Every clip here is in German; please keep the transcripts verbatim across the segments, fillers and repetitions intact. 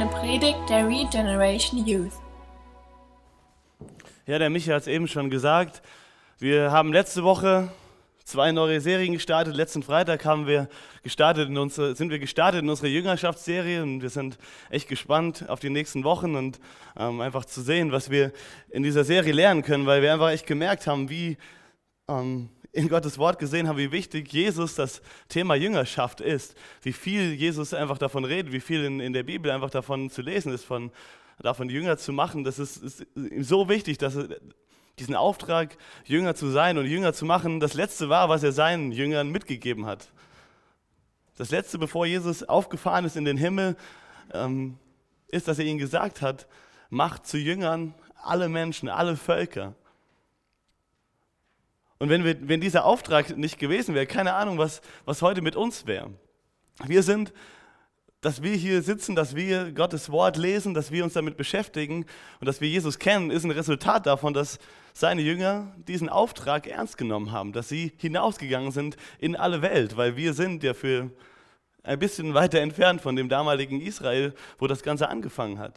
eine Predigt der Regeneration Youth. Ja, der Micha hat es eben schon gesagt. Wir haben letzte Woche zwei neue Serien gestartet. Letzten Freitag haben wir gestartet in unsere, sind wir gestartet in unsere Jüngerschaftsserie und wir sind echt gespannt auf die nächsten Wochen und ähm, einfach zu sehen, was wir in dieser Serie lernen können, weil wir einfach echt gemerkt haben, wie ähm, in Gottes Wort gesehen haben, wie wichtig Jesus das Thema Jüngerschaft ist, wie viel Jesus einfach davon redet, wie viel in, in der Bibel einfach davon zu lesen ist, von, davon Jünger zu machen. Das ist, ist so wichtig, dass er diesen Auftrag, Jünger zu sein und Jünger zu machen, das Letzte war, was er seinen Jüngern mitgegeben hat. Das Letzte, bevor Jesus aufgefahren ist in den Himmel, ähm, ist, dass er ihnen gesagt hat, macht zu Jüngern alle Menschen, alle Völker. Und wenn, wir, wenn dieser Auftrag nicht gewesen wäre, keine Ahnung, was, was heute mit uns wäre. Wir sind, dass wir hier sitzen, dass wir Gottes Wort lesen, dass wir uns damit beschäftigen und dass wir Jesus kennen, ist ein Resultat davon, dass seine Jünger diesen Auftrag ernst genommen haben, dass sie hinausgegangen sind in alle Welt, weil wir sind ja für ein bisschen weiter entfernt von dem damaligen Israel, wo das Ganze angefangen hat.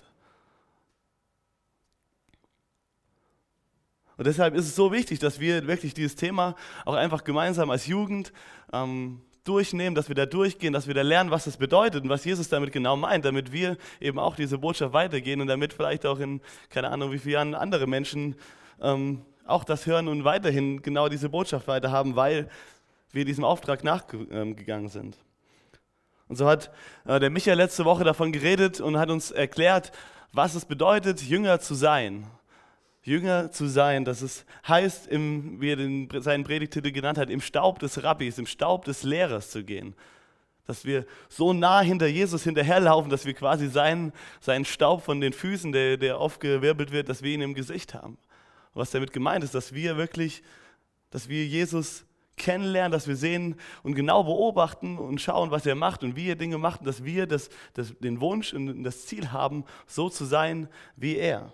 Und deshalb ist es so wichtig, dass wir wirklich dieses Thema auch einfach gemeinsam als Jugend ähm, durchnehmen, dass wir da durchgehen, dass wir da lernen, was das bedeutet und was Jesus damit genau meint, damit wir eben auch diese Botschaft weitergehen und damit vielleicht auch in, keine Ahnung wie vielen Jahren andere Menschen ähm, auch das hören und weiterhin genau diese Botschaft weiterhaben, weil wir diesem Auftrag nachgegangen sind. Und so hat äh, der Michael letzte Woche davon geredet und hat uns erklärt, was es bedeutet, Jünger zu sein. Jünger zu sein, dass es heißt, im, wie er den, seinen Predigtitel genannt hat, im Staub des Rabbis, im Staub des Lehrers zu gehen. Dass wir so nah hinter Jesus hinterherlaufen, dass wir quasi seinen, seinen Staub von den Füßen, der, der aufgewirbelt wird, dass wir ihn im Gesicht haben. Und was damit gemeint ist, dass wir wirklich, dass wir Jesus kennenlernen, dass wir sehen und genau beobachten und schauen, was er macht und wie er Dinge macht, dass wir das, das, den Wunsch und das Ziel haben, so zu sein wie er.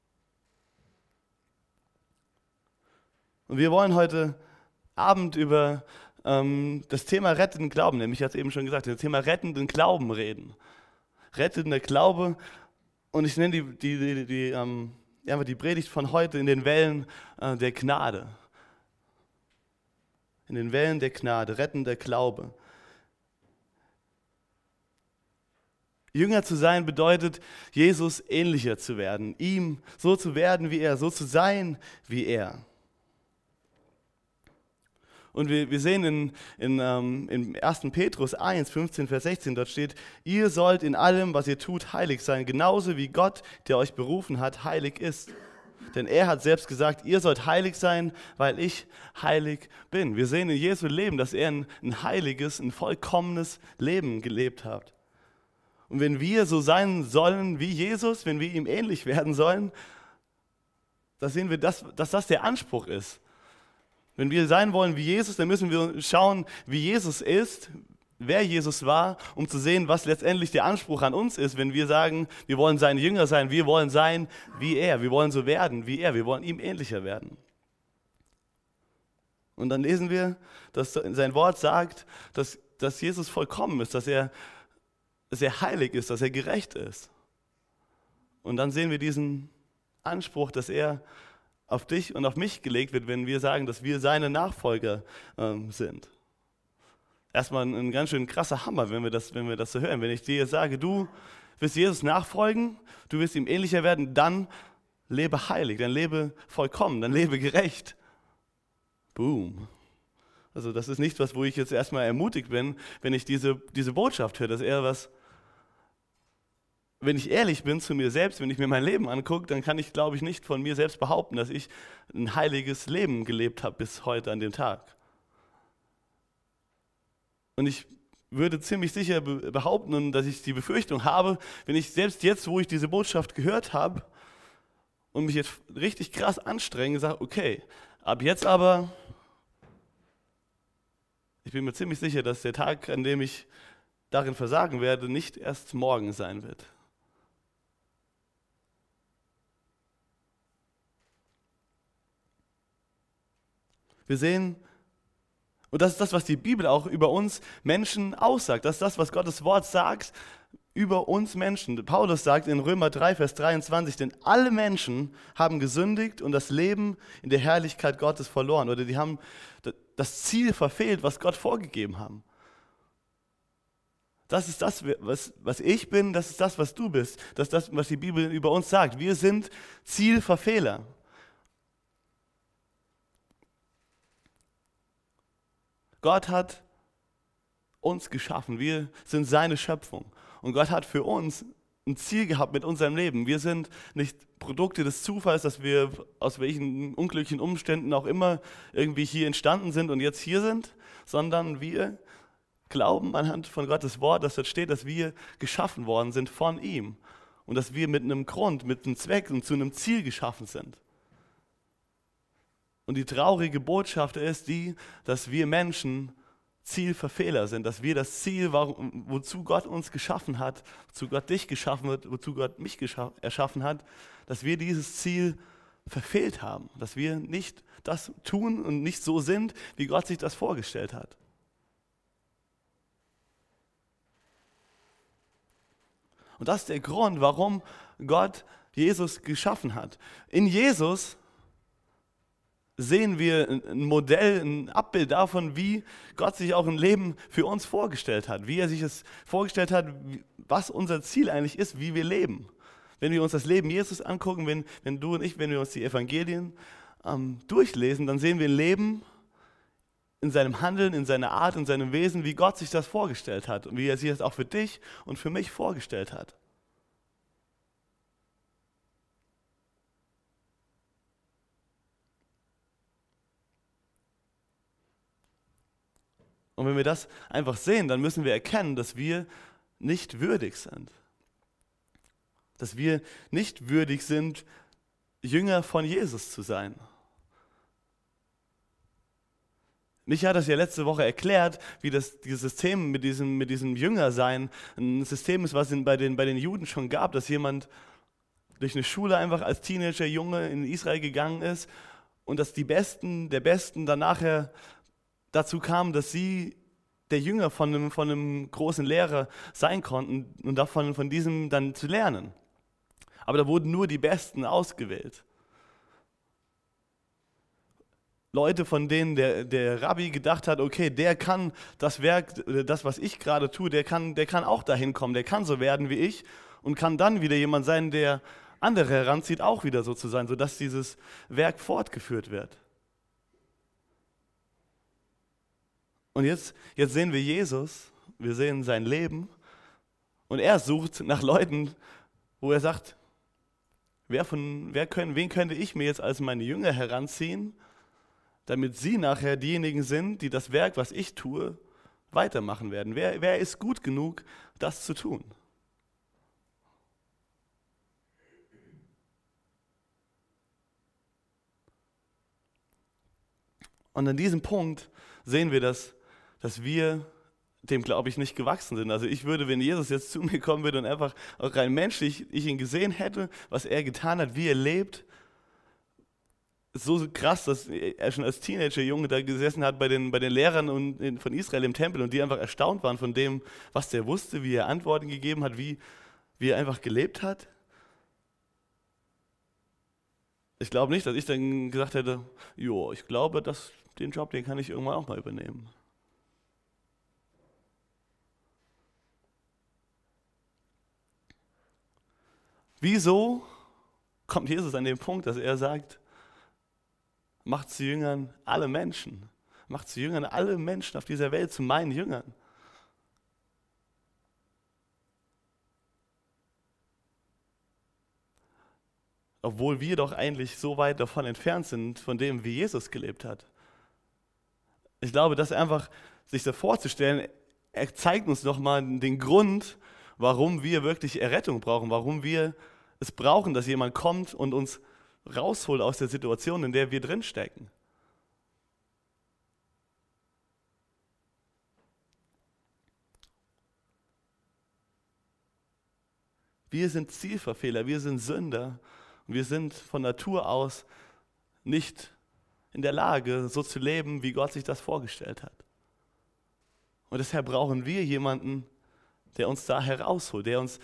Und wir wollen heute Abend über ähm, das Thema rettenden Glauben, nämlich ich hatte es eben schon gesagt, das Thema rettenden Glauben reden. Rettender Glaube, und ich nenne die, die, die, die, ähm, ja, die Predigt von heute in den Wellen äh, der Gnade. In den Wellen der Gnade, rettender Glaube. Jünger zu sein bedeutet, Jesus ähnlicher zu werden, ihm so zu werden wie er, so zu sein wie er. Und wir, wir sehen in, in, ähm, in ersten Petrus eins, fünfzehn, Vers sechzehn, dort steht, ihr sollt in allem, was ihr tut, heilig sein, genauso wie Gott, der euch berufen hat, heilig ist. Denn er hat selbst gesagt, ihr sollt heilig sein, weil ich heilig bin. Wir sehen in Jesu Leben, dass er ein, ein heiliges, ein vollkommenes Leben gelebt hat. Und wenn wir so sein sollen wie Jesus, wenn wir ihm ähnlich werden sollen, da sehen wir, dass, dass das der Anspruch ist. Wenn wir sein wollen wie Jesus, dann müssen wir schauen, wie Jesus ist, wer Jesus war, um zu sehen, was letztendlich der Anspruch an uns ist, wenn wir sagen, wir wollen seine Jünger sein, wir wollen sein wie er, wir wollen so werden wie er, wir wollen ihm ähnlicher werden. Und dann lesen wir, dass sein Wort sagt, dass, dass Jesus vollkommen ist, dass er, dass er heilig ist, dass er gerecht ist. Und dann sehen wir diesen Anspruch, dass er auf dich und auf mich gelegt wird, wenn wir sagen, dass wir seine Nachfolger ähm, sind. Erstmal ein, ein ganz schön krasser Hammer, wenn wir, das, wenn wir das so hören. Wenn ich dir sage, du willst Jesus nachfolgen, du willst ihm ähnlicher werden, dann lebe heilig, dann lebe vollkommen, dann lebe gerecht. Boom. Also das ist nicht was, wo ich jetzt erstmal ermutigt bin, wenn ich diese, diese Botschaft höre, dass er was... Wenn ich ehrlich bin zu mir selbst, wenn ich mir mein Leben angucke, dann kann ich, glaube ich, nicht von mir selbst behaupten, dass ich ein heiliges Leben gelebt habe bis heute an dem Tag. Und ich würde ziemlich sicher behaupten, und dass ich die Befürchtung habe, wenn ich selbst jetzt, wo ich diese Botschaft gehört habe und mich jetzt richtig krass anstrenge, sage, okay, ab jetzt aber, ich bin mir ziemlich sicher, dass der Tag, an dem ich darin versagen werde, nicht erst morgen sein wird. Wir sehen, und das ist das, was die Bibel auch über uns Menschen aussagt, das ist das, was Gottes Wort sagt über uns Menschen. Paulus sagt in Römer drei, Vers dreiundzwanzig, denn alle Menschen haben gesündigt und das Leben in der Herrlichkeit Gottes verloren. Oder die haben das Ziel verfehlt, was Gott vorgegeben haben. Das ist das, was, was ich bin, das ist das, was du bist. Das ist das, was die Bibel über uns sagt. Wir sind Zielverfehler. Gott hat uns geschaffen. Wir sind seine Schöpfung. Und Gott hat für uns ein Ziel gehabt mit unserem Leben. Wir sind nicht Produkte des Zufalls, dass wir aus welchen unglücklichen Umständen auch immer irgendwie hier entstanden sind und jetzt hier sind, sondern wir glauben anhand von Gottes Wort, dass dort steht, dass wir geschaffen worden sind von ihm und dass wir mit einem Grund, mit einem Zweck und zu einem Ziel geschaffen sind. Und die traurige Botschaft ist die, dass wir Menschen Zielverfehler sind, dass wir das Ziel, wozu Gott uns geschaffen hat, wozu Gott dich geschaffen hat, wozu Gott mich erschaffen hat, dass wir dieses Ziel verfehlt haben, dass wir nicht das tun und nicht so sind, wie Gott sich das vorgestellt hat. Und das ist der Grund, warum Gott Jesus geschaffen hat. In Jesus sehen wir ein Modell, ein Abbild davon, wie Gott sich auch ein Leben für uns vorgestellt hat, wie er sich es vorgestellt hat, was unser Ziel eigentlich ist, wie wir leben. Wenn wir uns das Leben Jesus angucken, wenn, wenn du und ich, wenn wir uns die Evangelien ähm, durchlesen, dann sehen wir ein Leben in seinem Handeln, in seiner Art, in seinem Wesen, wie Gott sich das vorgestellt hat und wie er sich das auch für dich und für mich vorgestellt hat. Und wenn wir das einfach sehen, dann müssen wir erkennen, dass wir nicht würdig sind. Dass wir nicht würdig sind, Jünger von Jesus zu sein. Micha hat das ja letzte Woche erklärt, wie das dieses System mit diesem, mit diesem Jüngersein ein System ist, was es bei den, bei den Juden schon gab, dass jemand durch eine Schule einfach als Teenager, Junge in Israel gegangen ist und dass die Besten der Besten dann nachher dazu kam, dass sie der Jünger von einem, von einem großen Lehrer sein konnten und davon von diesem dann zu lernen. Aber da wurden nur die Besten ausgewählt. Leute, von denen der, der Rabbi gedacht hat, okay, der kann das Werk, das, was ich gerade tue, der kann, der kann auch dahin kommen, der kann so werden wie ich und kann dann wieder jemand sein, der andere heranzieht, auch wieder so zu sein, sodass dieses Werk fortgeführt wird. Und jetzt, jetzt sehen wir Jesus, wir sehen sein Leben und er sucht nach Leuten, wo er sagt, wer von, wer können, wen könnte ich mir jetzt als meine Jünger heranziehen, damit sie nachher diejenigen sind, die das Werk, was ich tue, weitermachen werden. Wer, wer ist gut genug, das zu tun? Und an diesem Punkt sehen wir, dass dass wir dem, glaube ich, nicht gewachsen sind. Also ich würde, wenn Jesus jetzt zu mir kommen würde und einfach auch rein menschlich ich ihn gesehen hätte, was er getan hat, wie er lebt, so krass, dass er schon als Teenager-Junge da gesessen hat bei den, bei den Lehrern und, von Israel im Tempel und die einfach erstaunt waren von dem, was der wusste, wie er Antworten gegeben hat, wie, wie er einfach gelebt hat. Ich glaube nicht, dass ich dann gesagt hätte, jo, ich glaube, dass den Job, den kann ich irgendwann auch mal übernehmen. Wieso kommt Jesus an den Punkt, dass er sagt, macht zu Jüngern alle Menschen, macht zu Jüngern alle Menschen auf dieser Welt zu meinen Jüngern? Obwohl wir doch eigentlich so weit davon entfernt sind, von dem, wie Jesus gelebt hat. Ich glaube, das einfach sich so vorzustellen, er zeigt uns nochmal den Grund, warum wir wirklich Errettung brauchen, warum wir es brauchen, dass jemand kommt und uns rausholt aus der Situation, in der wir drinstecken. Wir sind Zielverfehler, wir sind Sünder und wir sind von Natur aus nicht in der Lage, so zu leben, wie Gott sich das vorgestellt hat. Und deshalb brauchen wir jemanden, der uns da herausholt, der uns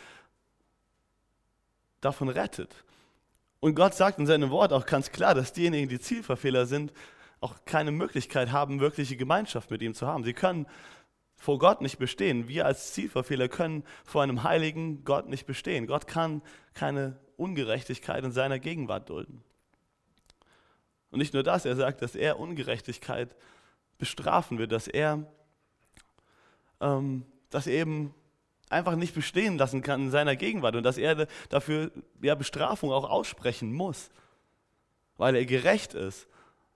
davon rettet. Und Gott sagt in seinem Wort auch ganz klar, dass diejenigen, die Zielverfehler sind, auch keine Möglichkeit haben, wirkliche Gemeinschaft mit ihm zu haben. Sie können vor Gott nicht bestehen. Wir als Zielverfehler können vor einem heiligen Gott nicht bestehen. Gott kann keine Ungerechtigkeit in seiner Gegenwart dulden. Und nicht nur das, er sagt, dass er Ungerechtigkeit bestrafen wird, dass er ähm, das eben einfach nicht bestehen lassen kann in seiner Gegenwart und dass er dafür ja, Bestrafung auch aussprechen muss, weil er gerecht ist.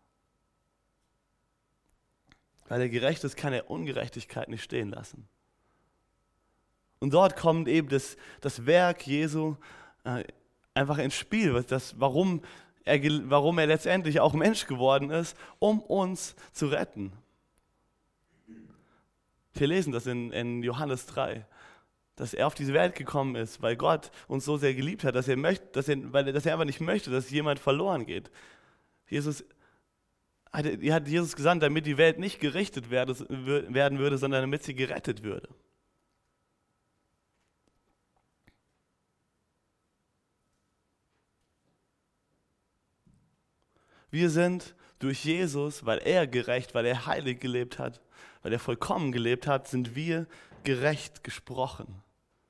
Weil er gerecht ist, kann er Ungerechtigkeit nicht stehen lassen. Und dort kommt eben das, das Werk Jesu äh, einfach ins Spiel, das, warum, er, warum er letztendlich auch Mensch geworden ist, um uns zu retten. Wir lesen das in, in Johannes drei, dass er auf diese Welt gekommen ist, weil Gott uns so sehr geliebt hat, dass er, möchte, dass er, weil, dass er einfach nicht möchte, dass jemand verloren geht. Jesus hat, hat Jesus gesandt, damit die Welt nicht gerichtet werde, werden würde, sondern damit sie gerettet würde. Wir sind durch Jesus, weil er gerecht, weil er heilig gelebt hat, weil er vollkommen gelebt hat, sind wir gerecht gesprochen.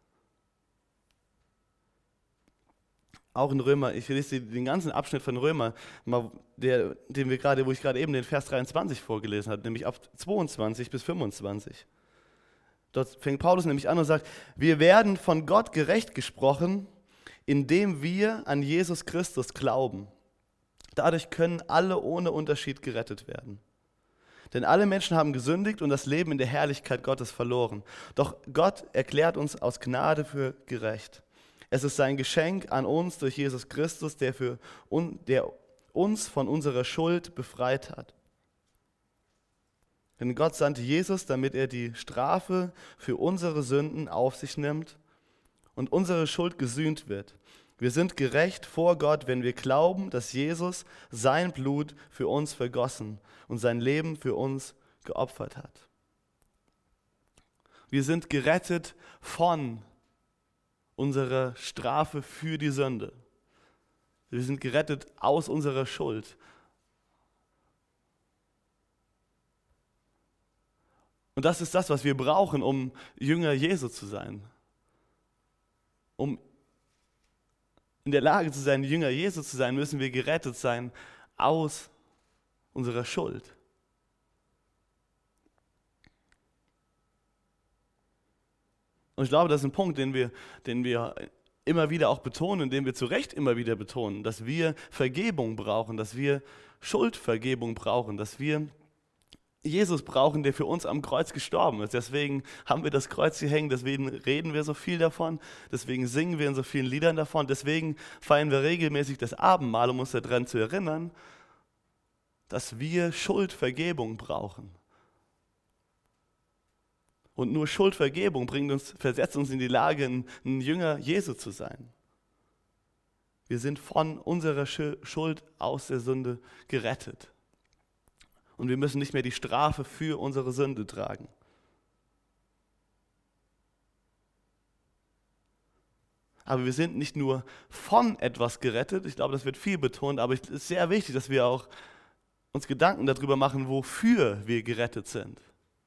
Auch in Römer, ich lese den ganzen Abschnitt von Römer, der, den wir gerade, wo ich gerade eben den Vers dreiundzwanzig vorgelesen habe, nämlich ab zweiundzwanzig bis fünfundzwanzig. Dort fängt Paulus nämlich an und sagt, wir werden von Gott gerecht gesprochen, indem wir an Jesus Christus glauben. Dadurch können alle ohne Unterschied gerettet werden. Denn alle Menschen haben gesündigt und das Leben in der Herrlichkeit Gottes verloren. Doch Gott erklärt uns aus Gnade für gerecht. Es ist sein Geschenk an uns durch Jesus Christus, der, für un, der uns von unserer Schuld befreit hat. Denn Gott sandte Jesus, damit er die Strafe für unsere Sünden auf sich nimmt und unsere Schuld gesühnt wird. Wir sind gerecht vor Gott, wenn wir glauben, dass Jesus sein Blut für uns vergossen und sein Leben für uns geopfert hat. Wir sind gerettet von unserer Strafe für die Sünde. Wir sind gerettet aus unserer Schuld. Und das ist das, was wir brauchen, um Jünger Jesu zu sein. Um in der Lage zu sein, Jünger Jesu zu sein, müssen wir gerettet sein aus unserer Schuld. Und ich glaube, das ist ein Punkt, den wir, den wir immer wieder auch betonen, den wir zu Recht immer wieder betonen, dass wir Vergebung brauchen, dass wir Schuldvergebung brauchen, dass wir Jesus brauchen, der für uns am Kreuz gestorben ist. Deswegen haben wir das Kreuz hier hängen, deswegen reden wir so viel davon, deswegen singen wir in so vielen Liedern davon, deswegen feiern wir regelmäßig das Abendmahl, um uns daran zu erinnern, dass wir Schuldvergebung brauchen. Und nur Schuldvergebung bringt uns, versetzt uns in die Lage, ein, ein Jünger Jesu zu sein. Wir sind von unserer Schuld aus der Sünde gerettet. Und wir müssen nicht mehr die Strafe für unsere Sünde tragen. Aber wir sind nicht nur von etwas gerettet, ich glaube, das wird viel betont, aber es ist sehr wichtig, dass wir auch uns Gedanken darüber machen, wofür wir gerettet sind.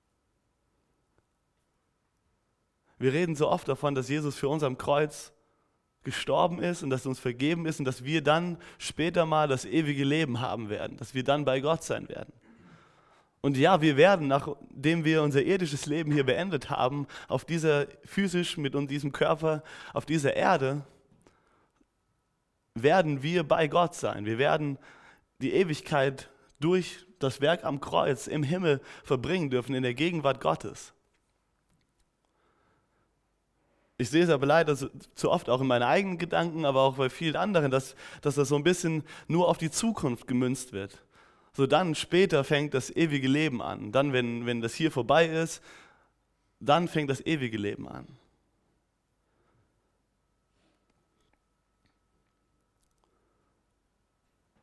Wir reden so oft davon, dass Jesus für uns am Kreuz gestorben ist und dass uns vergeben ist und dass wir dann später mal das ewige Leben haben werden, dass wir dann bei Gott sein werden. Und ja, wir werden, nachdem wir unser irdisches Leben hier beendet haben, auf dieser physisch mit diesem Körper, auf dieser Erde, werden wir bei Gott sein. Wir werden die Ewigkeit durch das Werk am Kreuz im Himmel verbringen dürfen, in der Gegenwart Gottes. Ich sehe es aber leider zu oft auch in meinen eigenen Gedanken, aber auch bei vielen anderen, dass, dass das so ein bisschen nur auf die Zukunft gemünzt wird. So dann später fängt das ewige Leben an. Dann, wenn, wenn das hier vorbei ist, dann fängt das ewige Leben an.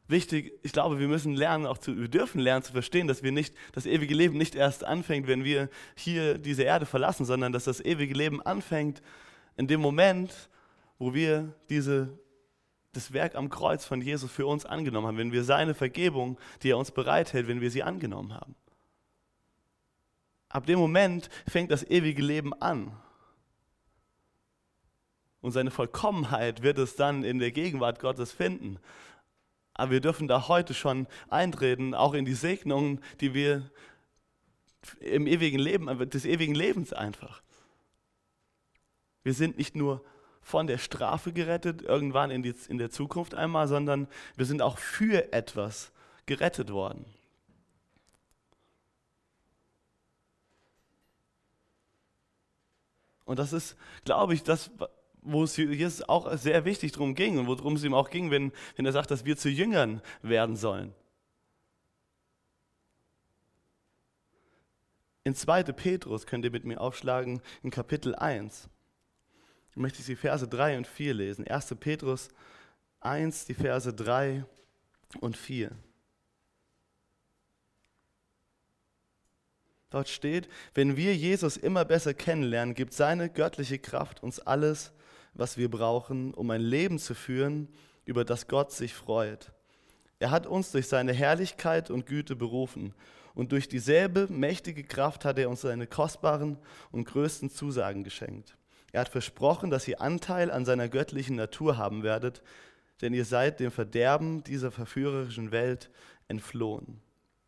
wichtig, ich glaube, wir müssen lernen, auch zu, wir dürfen lernen zu verstehen, dass wir nicht, das ewige Leben nicht erst anfängt, wenn wir hier diese Erde verlassen, sondern dass das ewige Leben anfängt in dem Moment, wo wir diese, das Werk am Kreuz von Jesus für uns angenommen haben, wenn wir seine Vergebung, die er uns bereithält, wenn wir sie angenommen haben. Ab dem Moment fängt das ewige Leben an. Und seine Vollkommenheit wird es dann in der Gegenwart Gottes finden. Aber wir dürfen da heute schon eintreten, auch in die Segnungen, die wir im ewigen Leben, des ewigen Lebens einfach. Wir sind nicht nur von der Strafe gerettet, irgendwann in, die, in der Zukunft einmal, sondern wir sind auch für etwas gerettet worden. Und das ist, glaube ich, das, wo es Jesus auch sehr wichtig darum ging und worum es ihm auch ging, wenn, wenn er sagt, dass wir zu Jüngern werden sollen. In zweiten Petrus könnt ihr mit mir aufschlagen, in Kapitel eins. Da möchte ich die Verse drei und vier lesen. erster Petrus eins, die Verse drei und vier. Dort steht, wenn wir Jesus immer besser kennenlernen, gibt seine göttliche Kraft uns alles, was wir brauchen, um ein Leben zu führen, über das Gott sich freut. Er hat uns durch seine Herrlichkeit und Güte berufen und durch dieselbe mächtige Kraft hat er uns seine kostbaren und größten Zusagen geschenkt. Er hat versprochen, dass ihr Anteil an seiner göttlichen Natur haben werdet, denn ihr seid dem Verderben dieser verführerischen Welt entflohen.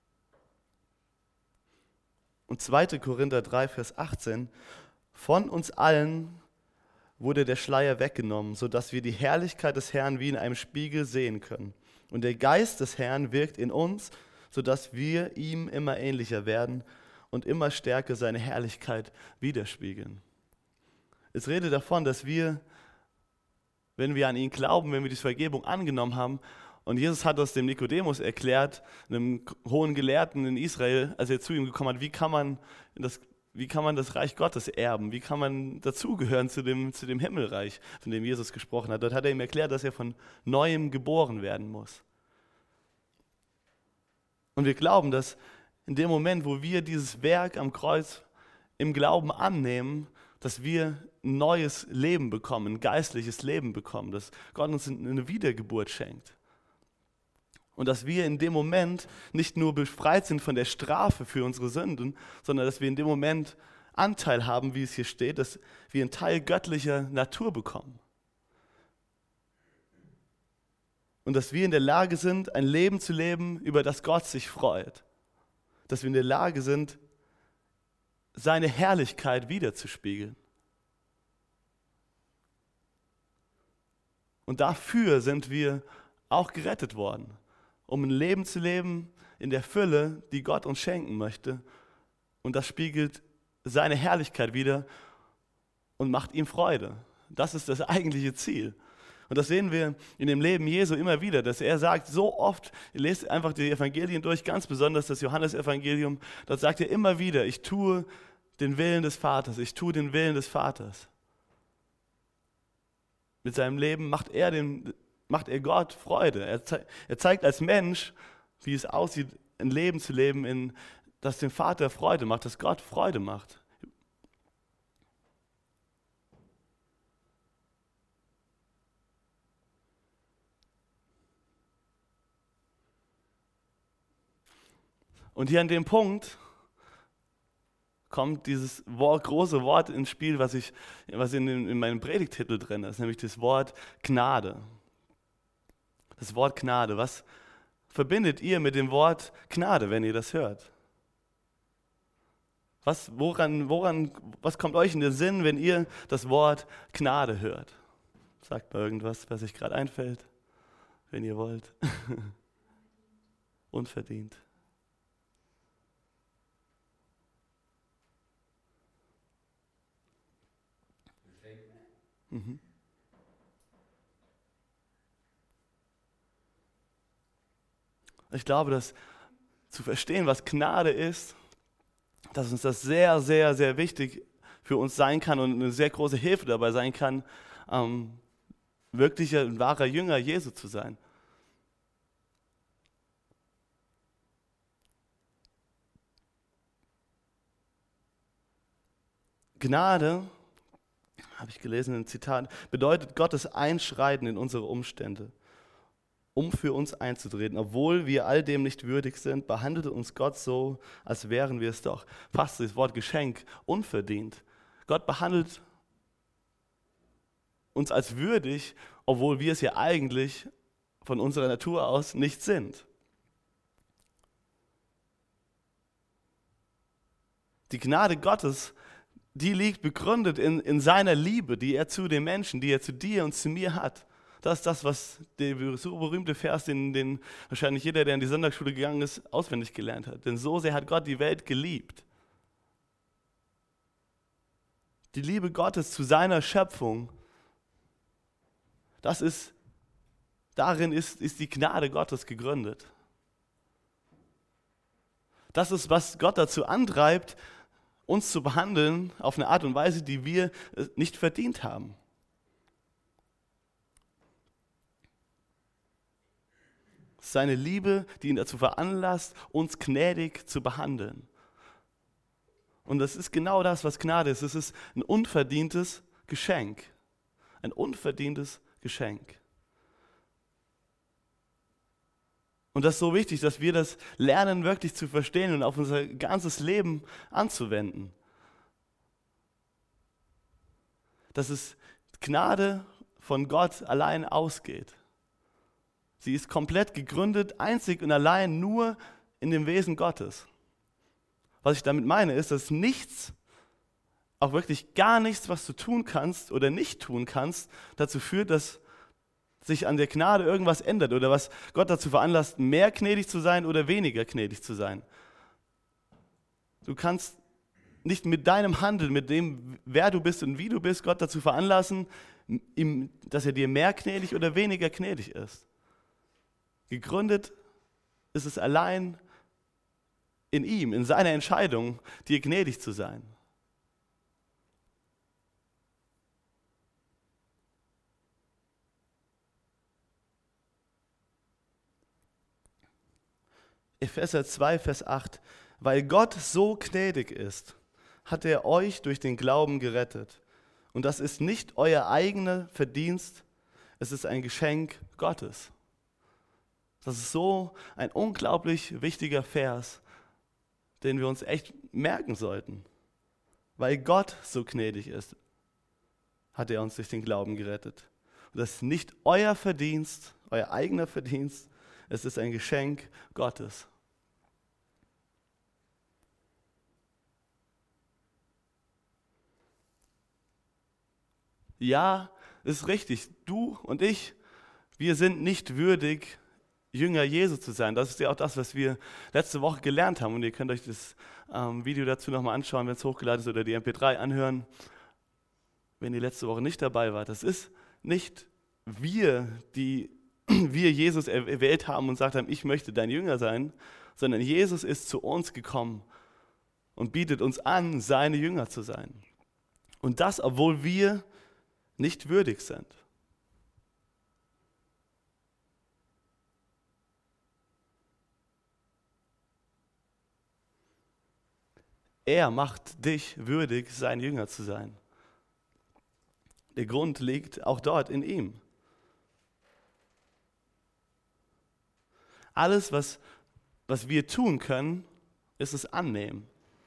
Und zweiter Korinther drei, Vers achtzehn, von uns allen wurde der Schleier weggenommen, sodass wir die Herrlichkeit des Herrn wie in einem Spiegel sehen können. Und der Geist des Herrn wirkt in uns, sodass wir ihm immer ähnlicher werden und immer stärker seine Herrlichkeit widerspiegeln. Es redet davon, dass wir, wenn wir an ihn glauben, wenn wir die Vergebung angenommen haben, und Jesus hat das dem Nikodemus erklärt, einem hohen Gelehrten in Israel, als er zu ihm gekommen hat, wie kann man das, wie kann man das Reich Gottes erben? Wie kann man dazugehören zu dem, zu dem Himmelreich, von dem Jesus gesprochen hat? Dort hat er ihm erklärt, dass er von Neuem geboren werden muss. Und wir glauben, dass in dem Moment, wo wir dieses Werk am Kreuz im Glauben annehmen, dass wir ein neues Leben bekommen, ein geistliches Leben bekommen, dass Gott uns eine Wiedergeburt schenkt. Und dass wir in dem Moment nicht nur befreit sind von der Strafe für unsere Sünden, sondern dass wir in dem Moment Anteil haben, wie es hier steht, dass wir einen Teil göttlicher Natur bekommen. Und dass wir in der Lage sind, ein Leben zu leben, über das Gott sich freut. Dass wir in der Lage sind, seine Herrlichkeit wiederzuspiegeln. Und dafür sind wir auch gerettet worden. Um ein Leben zu leben in der Fülle, die Gott uns schenken möchte. Und das spiegelt seine Herrlichkeit wider und macht ihm Freude. Das ist das eigentliche Ziel. Und das sehen wir in dem Leben Jesu immer wieder, dass er sagt, so oft, ihr lest einfach die Evangelien durch, ganz besonders das Johannesevangelium, dort sagt er immer wieder, ich tue den Willen des Vaters, ich tue den Willen des Vaters. Mit seinem Leben macht er den macht er Gott Freude. Er, ze- er zeigt als Mensch, wie es aussieht, ein Leben zu leben, in, das dem Vater Freude macht, das Gott Freude macht. Und hier an dem Punkt kommt dieses Wort, große Wort ins Spiel, was, ich, was in, in meinem Predigttitel drin ist, nämlich das Wort Gnade. Das Wort Gnade, was verbindet ihr mit dem Wort Gnade, wenn ihr das hört? Was, woran, woran, was kommt euch in den Sinn, wenn ihr das Wort Gnade hört? Sagt mal irgendwas, was euch gerade einfällt, wenn ihr wollt. Unverdient. Mhm. Ich glaube, dass zu verstehen, was Gnade ist, dass uns das sehr, sehr, sehr wichtig für uns sein kann und eine sehr große Hilfe dabei sein kann, ähm, wirklicher und wahrer Jünger Jesu zu sein. Gnade, habe ich gelesen in einem Zitat, bedeutet Gottes Einschreiten in unsere Umstände, um für uns einzutreten. Obwohl wir all dem nicht würdig sind, behandelt uns Gott so, als wären wir es doch. Passt das Wort Geschenk, unverdient. Gott behandelt uns als würdig, obwohl wir es ja eigentlich von unserer Natur aus nicht sind. Die Gnade Gottes, die liegt begründet in, in seiner Liebe, die er zu den Menschen, die er zu dir und zu mir hat. Das ist das, was der so berühmte Vers, den, den wahrscheinlich jeder, der in die Sonntagsschule gegangen ist, auswendig gelernt hat. Denn so sehr hat Gott die Welt geliebt. Die Liebe Gottes zu seiner Schöpfung, das ist, darin ist, ist die Gnade Gottes gegründet. Das ist, was Gott dazu antreibt, uns zu behandeln auf eine Art und Weise, die wir nicht verdient haben. Seine Liebe, die ihn dazu veranlasst, uns gnädig zu behandeln. Und das ist genau das, was Gnade ist. Es ist ein unverdientes Geschenk. Ein unverdientes Geschenk. Und das ist so wichtig, dass wir das lernen, wirklich zu verstehen und auf unser ganzes Leben anzuwenden. Dass es Gnade von Gott allein ausgeht. Sie ist komplett gegründet, einzig und allein nur in dem Wesen Gottes. Was ich damit meine, ist, dass nichts, auch wirklich gar nichts, was du tun kannst oder nicht tun kannst, dazu führt, dass sich an der Gnade irgendwas ändert oder was Gott dazu veranlasst, mehr gnädig zu sein oder weniger gnädig zu sein. Du kannst nicht mit deinem Handeln, mit dem, wer du bist und wie du bist, Gott dazu veranlassen, ihm, dass er dir mehr gnädig oder weniger gnädig ist. Gegründet ist es allein in ihm, in seiner Entscheidung, dir gnädig zu sein. Epheser zwei, Vers acht. Weil Gott so gnädig ist, hat er euch durch den Glauben gerettet. Und das ist nicht euer eigener Verdienst, es ist ein Geschenk Gottes. Das ist so ein unglaublich wichtiger Vers, den wir uns echt merken sollten. Weil Gott so gnädig ist, hat er uns durch den Glauben gerettet. Und das ist nicht euer Verdienst, euer eigener Verdienst, es ist ein Geschenk Gottes. Ja, ist richtig. Du und ich, wir sind nicht würdig, Jünger Jesu zu sein. Das ist ja auch das, was wir letzte Woche gelernt haben. Und ihr könnt euch das ähm, Video dazu nochmal anschauen, wenn es hochgeladen ist, oder die M P drei anhören, wenn ihr letzte Woche nicht dabei wart. Das ist nicht wir, die wir Jesus erwählt haben und gesagt haben, ich möchte dein Jünger sein, sondern Jesus ist zu uns gekommen und bietet uns an, seine Jünger zu sein. Und das, obwohl wir nicht würdig sind. Er macht dich würdig, sein Jünger zu sein. Der Grund liegt auch dort in ihm. Alles, was, was wir tun können, ist es annehmen.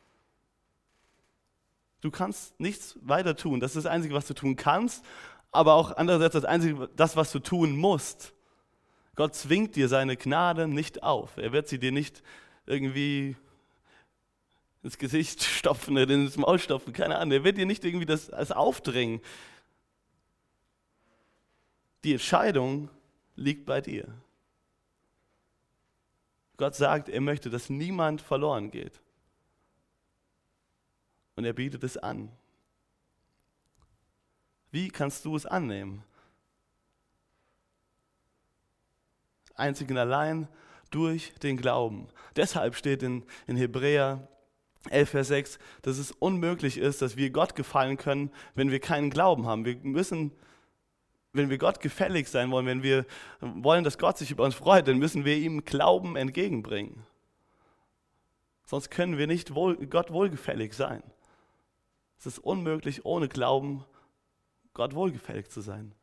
Du kannst nichts weiter tun. Das ist das Einzige, was du tun kannst, aber auch andererseits das Einzige, das, was du tun musst. Gott zwingt dir seine Gnade nicht auf. Er wird sie dir nicht irgendwie ins Gesicht stopfen oder ins Maul stopfen, keine Ahnung. Er wird dir nicht irgendwie das, das aufdrängen. Die Entscheidung liegt bei dir. Gott sagt, er möchte, dass niemand verloren geht. Und er bietet es an. Wie kannst du es annehmen? Einzig und allein durch den Glauben. Deshalb steht in, in Hebräer elf, Vers sechs, dass es unmöglich ist, dass wir Gott gefallen können, wenn wir keinen Glauben haben. Wir müssen, wenn wir Gott gefällig sein wollen, wenn wir wollen, dass Gott sich über uns freut, dann müssen wir ihm Glauben entgegenbringen. Sonst können wir nicht wohl, Gott wohlgefällig sein. Es ist unmöglich, ohne Glauben Gott wohlgefällig zu sein.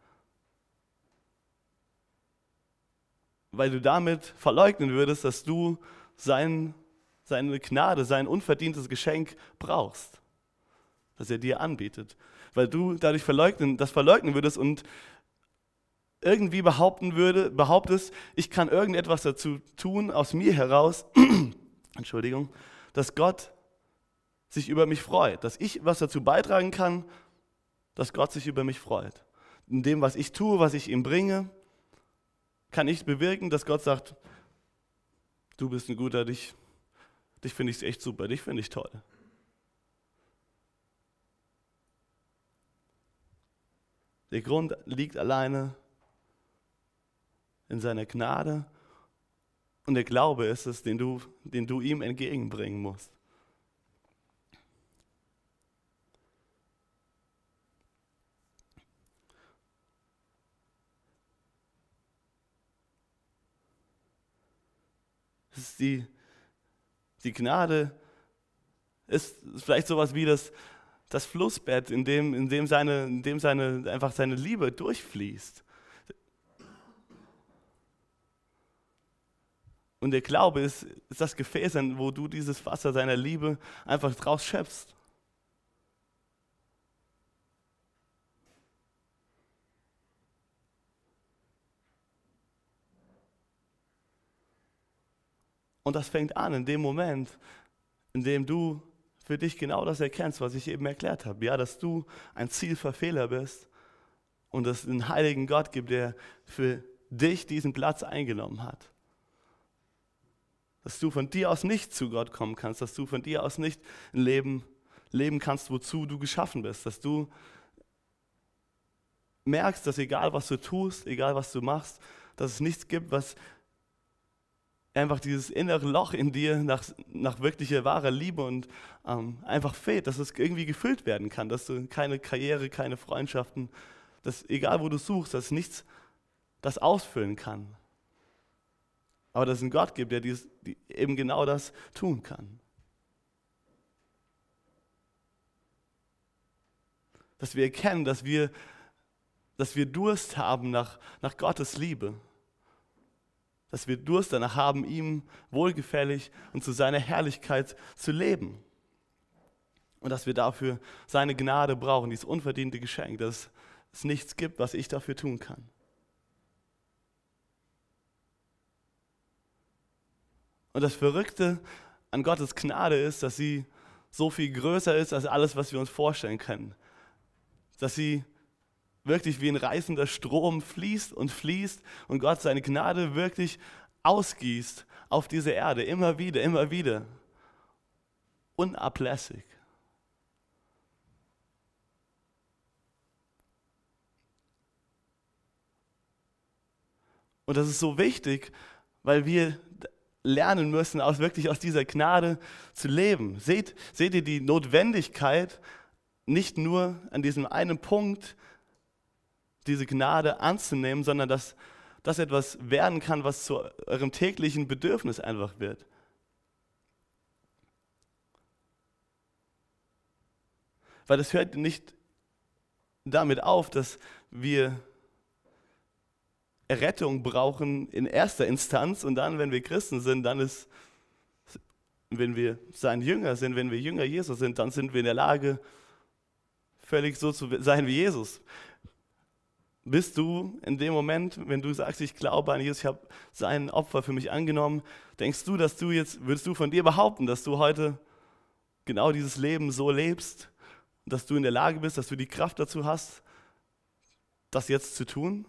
Weil du damit verleugnen würdest, dass du sein, seine Gnade, sein unverdientes Geschenk brauchst, das er dir anbietet. Weil du dadurch verleugnen, das verleugnen würdest und irgendwie behaupten würde, behauptest, ich kann irgendetwas dazu tun, aus mir heraus, Entschuldigung, dass Gott sich über mich freut, dass ich was dazu beitragen kann, dass Gott sich über mich freut. In dem, was ich tue, was ich ihm bringe, kann ich bewirken, dass Gott sagt, du bist ein guter, dich, dich finde ich echt super, dich finde ich toll. Der Grund liegt alleine in seiner Gnade und der Glaube ist es, den du, den du ihm entgegenbringen musst. Es ist die, die Gnade ist vielleicht sowas wie das, das Flussbett, in dem, in dem, seine, in dem seine, einfach seine Liebe durchfließt. Und der Glaube ist, ist das Gefäß, wo du dieses Wasser seiner Liebe einfach draus schöpfst. Und das fängt an in dem Moment, in dem du für dich genau das erkennst, was ich eben erklärt habe. Ja, dass du ein Zielverfehler bist und dass es einen heiligen Gott gibt, der für dich diesen Platz eingenommen hat. Dass du von dir aus nicht zu Gott kommen kannst, dass du von dir aus nicht ein Leben leben kannst, wozu du geschaffen bist. Dass du merkst, dass egal was du tust, egal was du machst, dass es nichts gibt, was einfach dieses innere Loch in dir nach, nach wirklicher, wahrer Liebe und ähm, einfach fehlt, dass es irgendwie gefüllt werden kann, dass du keine Karriere, keine Freundschaften, dass egal wo du suchst, dass nichts das ausfüllen kann. Aber dass es einen Gott gibt, der dies, die eben genau das tun kann. Dass wir erkennen, dass wir, dass wir Durst haben nach, nach Gottes Liebe. Dass wir Durst danach haben, ihm wohlgefällig und zu seiner Herrlichkeit zu leben. Und dass wir dafür seine Gnade brauchen, dieses unverdiente Geschenk, dass es nichts gibt, was ich dafür tun kann. Und das Verrückte an Gottes Gnade ist, dass sie so viel größer ist als alles, was wir uns vorstellen können. Dass sie wirklich wie ein reißender Strom fließt und fließt und Gott seine Gnade wirklich ausgießt auf diese Erde, immer wieder, immer wieder. Unablässig. Und das ist so wichtig, weil wir lernen müssen, aus, wirklich aus dieser Gnade zu leben. Seht, seht ihr die Notwendigkeit, nicht nur an diesem einen Punkt diese Gnade anzunehmen, sondern dass das etwas werden kann, was zu eurem täglichen Bedürfnis einfach wird. Weil es hört nicht damit auf, dass wir Errettung brauchen in erster Instanz und dann, wenn wir Christen sind, dann ist, wenn wir sein Jünger sind, wenn wir Jünger Jesus sind, dann sind wir in der Lage, völlig so zu sein wie Jesus. Bist du in dem Moment, wenn du sagst, ich glaube an Jesus, ich habe sein Opfer für mich angenommen, denkst du, dass du jetzt, würdest du von dir behaupten, dass du heute genau dieses Leben so lebst, dass du in der Lage bist, dass du die Kraft dazu hast, das jetzt zu tun?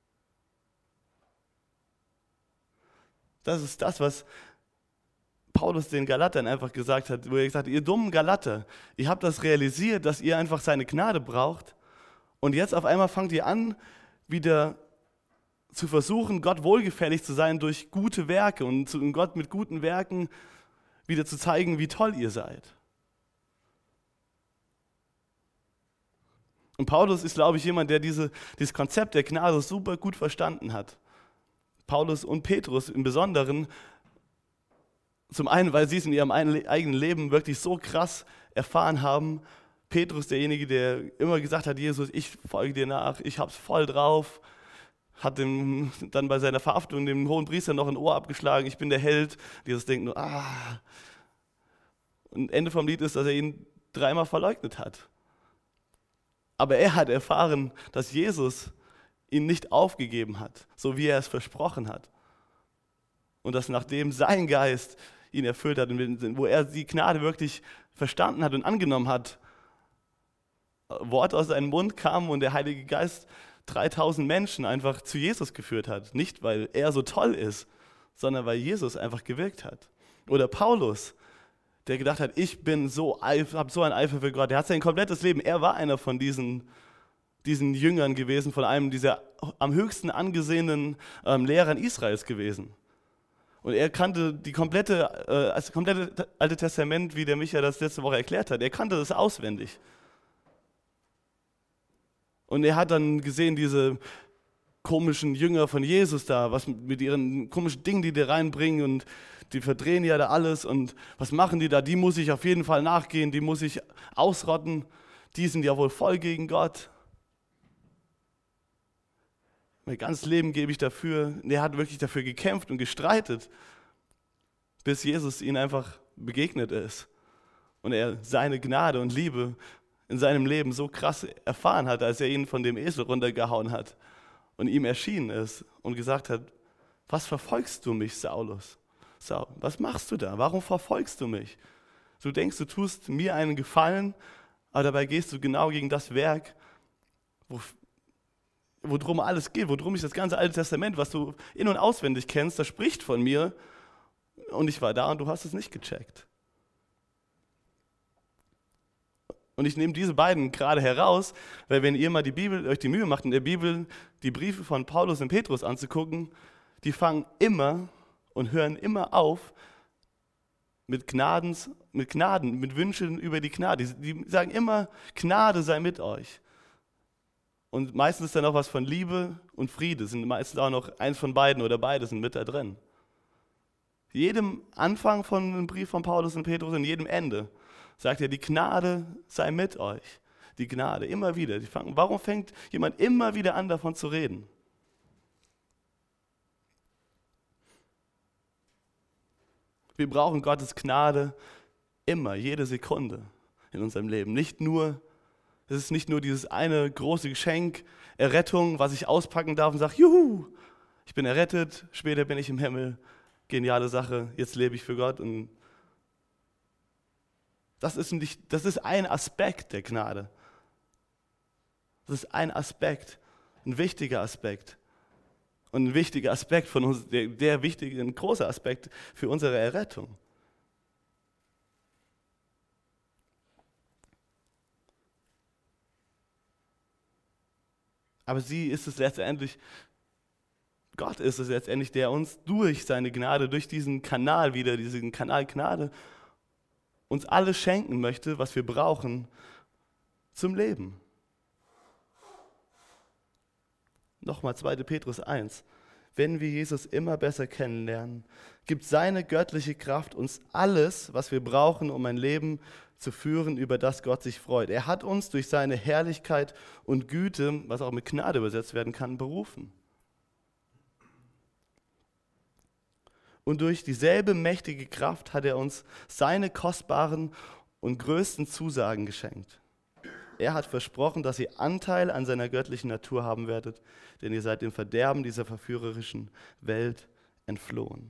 Das ist das, was Paulus den Galatern einfach gesagt hat, wo er gesagt hat, ihr dummen Galater, ihr habt das realisiert, dass ihr einfach seine Gnade braucht und jetzt auf einmal fangt ihr an, wieder zu versuchen, Gott wohlgefällig zu sein durch gute Werke und Gott mit guten Werken wieder zu zeigen, wie toll ihr seid. Und Paulus ist, glaube ich, jemand, der diese, dieses Konzept der Gnade super gut verstanden hat. Paulus und Petrus im Besonderen, zum einen, weil sie es in ihrem eigenen Leben wirklich so krass erfahren haben, Petrus, derjenige, der immer gesagt hat, Jesus, ich folge dir nach, ich hab's voll drauf, hat dem, dann bei seiner Verhaftung dem hohen Priester noch ein Ohr abgeschlagen, ich bin der Held. Jesus denkt nur, ah. Und Ende vom Lied ist, dass er ihn dreimal verleugnet hat. Aber er hat erfahren, dass Jesus ihn nicht aufgegeben hat, so wie er es versprochen hat. Und dass nachdem sein Geist ihn erfüllt hat, wo er die Gnade wirklich verstanden hat und angenommen hat, Worte aus seinem Mund kamen und der Heilige Geist dreitausend Menschen einfach zu Jesus geführt hat. Nicht, weil er so toll ist, sondern weil Jesus einfach gewirkt hat. Oder Paulus, der gedacht hat, ich bin so, habe so ein Eifer für Gott. Er hat sein komplettes Leben, er war einer von diesen, diesen Jüngern gewesen, von einem dieser am höchsten angesehenen ähm, Lehrern Israels gewesen. Und er kannte die komplette, äh, das komplette Alte Testament, wie der Micha das letzte Woche erklärt hat. Er kannte das auswendig. Und er hat dann gesehen, diese komischen Jünger von Jesus da, was mit ihren komischen Dingen, die die reinbringen und die verdrehen ja da alles und was machen die da? Die muss ich auf jeden Fall nachgehen, die muss ich ausrotten, die sind ja wohl voll gegen Gott. Mein ganzes Leben gebe ich dafür. Er hat wirklich dafür gekämpft und gestreitet, bis Jesus ihm einfach begegnet ist und er seine Gnade und Liebe in seinem Leben so krass erfahren hat, als er ihn von dem Esel runtergehauen hat und ihm erschienen ist und gesagt hat, was verfolgst du mich, Saulus? Saul, was machst du da? Warum verfolgst du mich? Du denkst, du tust mir einen Gefallen, aber dabei gehst du genau gegen das Werk, wo, worum alles geht, worum ich das ganze Alte Testament, was du in- und auswendig kennst, das spricht von mir und ich war da und du hast es nicht gecheckt. Und ich nehme diese beiden gerade heraus, weil wenn ihr mal die Bibel, euch die Mühe macht, in der Bibel die Briefe von Paulus und Petrus anzugucken, die fangen immer und hören immer auf mit Gnadens, mit Gnaden, mit Wünschen über die Gnade. Die, die sagen immer, Gnade sei mit euch. Und meistens ist dann auch was von Liebe und Friede, sind meistens auch noch eins von beiden oder beide sind mit da drin. Jedem Anfang von einem Brief von Paulus und Petrus und jedem Ende sagt er, die Gnade sei mit euch. Die Gnade, immer wieder. Die fangen, warum fängt jemand immer wieder an, davon zu reden? Wir brauchen Gottes Gnade immer, jede Sekunde in unserem Leben. Nicht nur, es ist nicht nur dieses eine große Geschenk, Errettung, was ich auspacken darf und sage, juhu, ich bin errettet, später bin ich im Himmel, geniale Sache, jetzt lebe ich für Gott. Und das ist, nicht, das ist ein Aspekt der Gnade. Das ist ein Aspekt, ein wichtiger Aspekt. Und ein wichtiger Aspekt von uns, der, der wichtige, ein großer Aspekt für unsere Errettung. Aber sie ist es letztendlich, Gott ist es letztendlich, der uns durch seine Gnade, durch diesen Kanal wieder, diesen Kanal Gnade, uns alles schenken möchte, was wir brauchen zum Leben. Nochmal zweiter Petrus eins. Wenn wir Jesus immer besser kennenlernen, gibt seine göttliche Kraft uns alles, was wir brauchen, um ein Leben zu führen, über das Gott sich freut. Er hat uns durch seine Herrlichkeit und Güte, was auch mit Gnade übersetzt werden kann, berufen. Und durch dieselbe mächtige Kraft hat er uns seine kostbaren und größten Zusagen geschenkt. Er hat versprochen, dass ihr Anteil an seiner göttlichen Natur haben werdet, denn ihr seid dem Verderben dieser verführerischen Welt entflohen.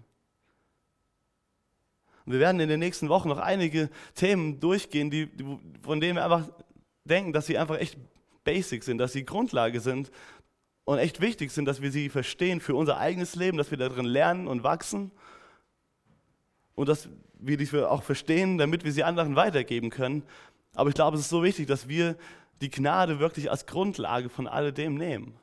Und wir werden in den nächsten Wochen noch einige Themen durchgehen, die, von denen wir einfach denken, dass sie einfach echt basic sind, dass sie Grundlage sind und echt wichtig sind, dass wir sie verstehen für unser eigenes Leben, dass wir darin lernen und wachsen und dass wir die auch verstehen, damit wir sie anderen weitergeben können. Aber ich glaube, es ist so wichtig, dass wir die Gnade wirklich als Grundlage von alledem nehmen.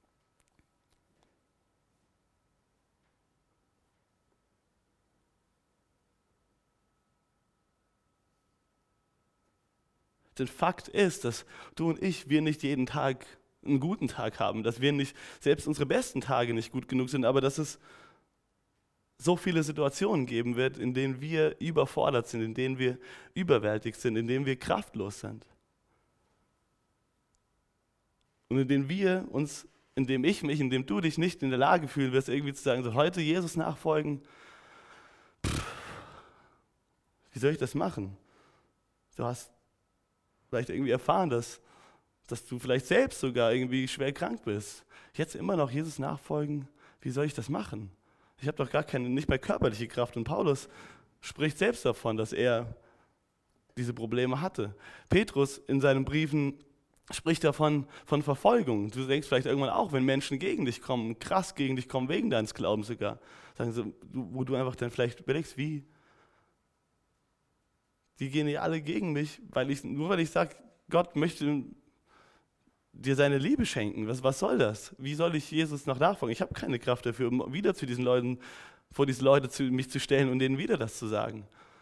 Denn Fakt ist, dass du und ich, wir nicht jeden Tag einen guten Tag haben, dass wir nicht, selbst unsere besten Tage nicht gut genug sind, aber dass es so viele Situationen geben wird, in denen wir überfordert sind, in denen wir überwältigt sind, in denen wir kraftlos sind. Und indem wir uns, indem ich mich, indem du dich nicht in der Lage fühlen wirst, irgendwie zu sagen, so heute Jesus nachfolgen, pff, wie soll ich das machen? Du hast vielleicht irgendwie erfahren, dass, dass du vielleicht selbst sogar irgendwie schwer krank bist. Jetzt immer noch Jesus nachfolgen, wie soll ich das machen? Ich habe doch gar keine, nicht mehr körperliche Kraft. Und Paulus spricht selbst davon, dass er diese Probleme hatte. Petrus in seinen Briefen spricht davon von Verfolgung. Du denkst vielleicht irgendwann auch, wenn Menschen gegen dich kommen, krass gegen dich kommen, wegen deines Glaubens sogar, sagen sie, wo du einfach dann vielleicht überlegst, wie? Die gehen ja alle gegen mich, weil ich, nur weil ich sage, Gott möchte dir seine Liebe schenken. Was, was soll das? Wie soll ich Jesus noch nachfolgen? Ich habe keine Kraft dafür, um wieder zu diesen Leuten, vor diese Leute zu, mich zu stellen und denen wieder das zu sagen.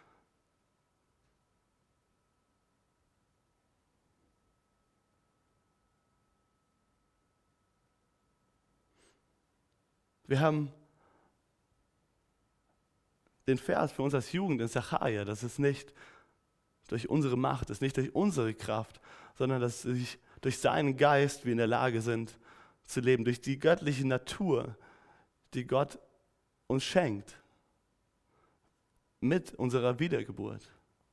Wir haben den Vers für uns als Jugend in Sacharja, das ist nicht durch unsere Macht, das ist nicht durch unsere Kraft, sondern dass sich durch seinen Geist wir in der Lage sind zu leben, durch die göttliche Natur, die Gott uns schenkt, mit unserer Wiedergeburt.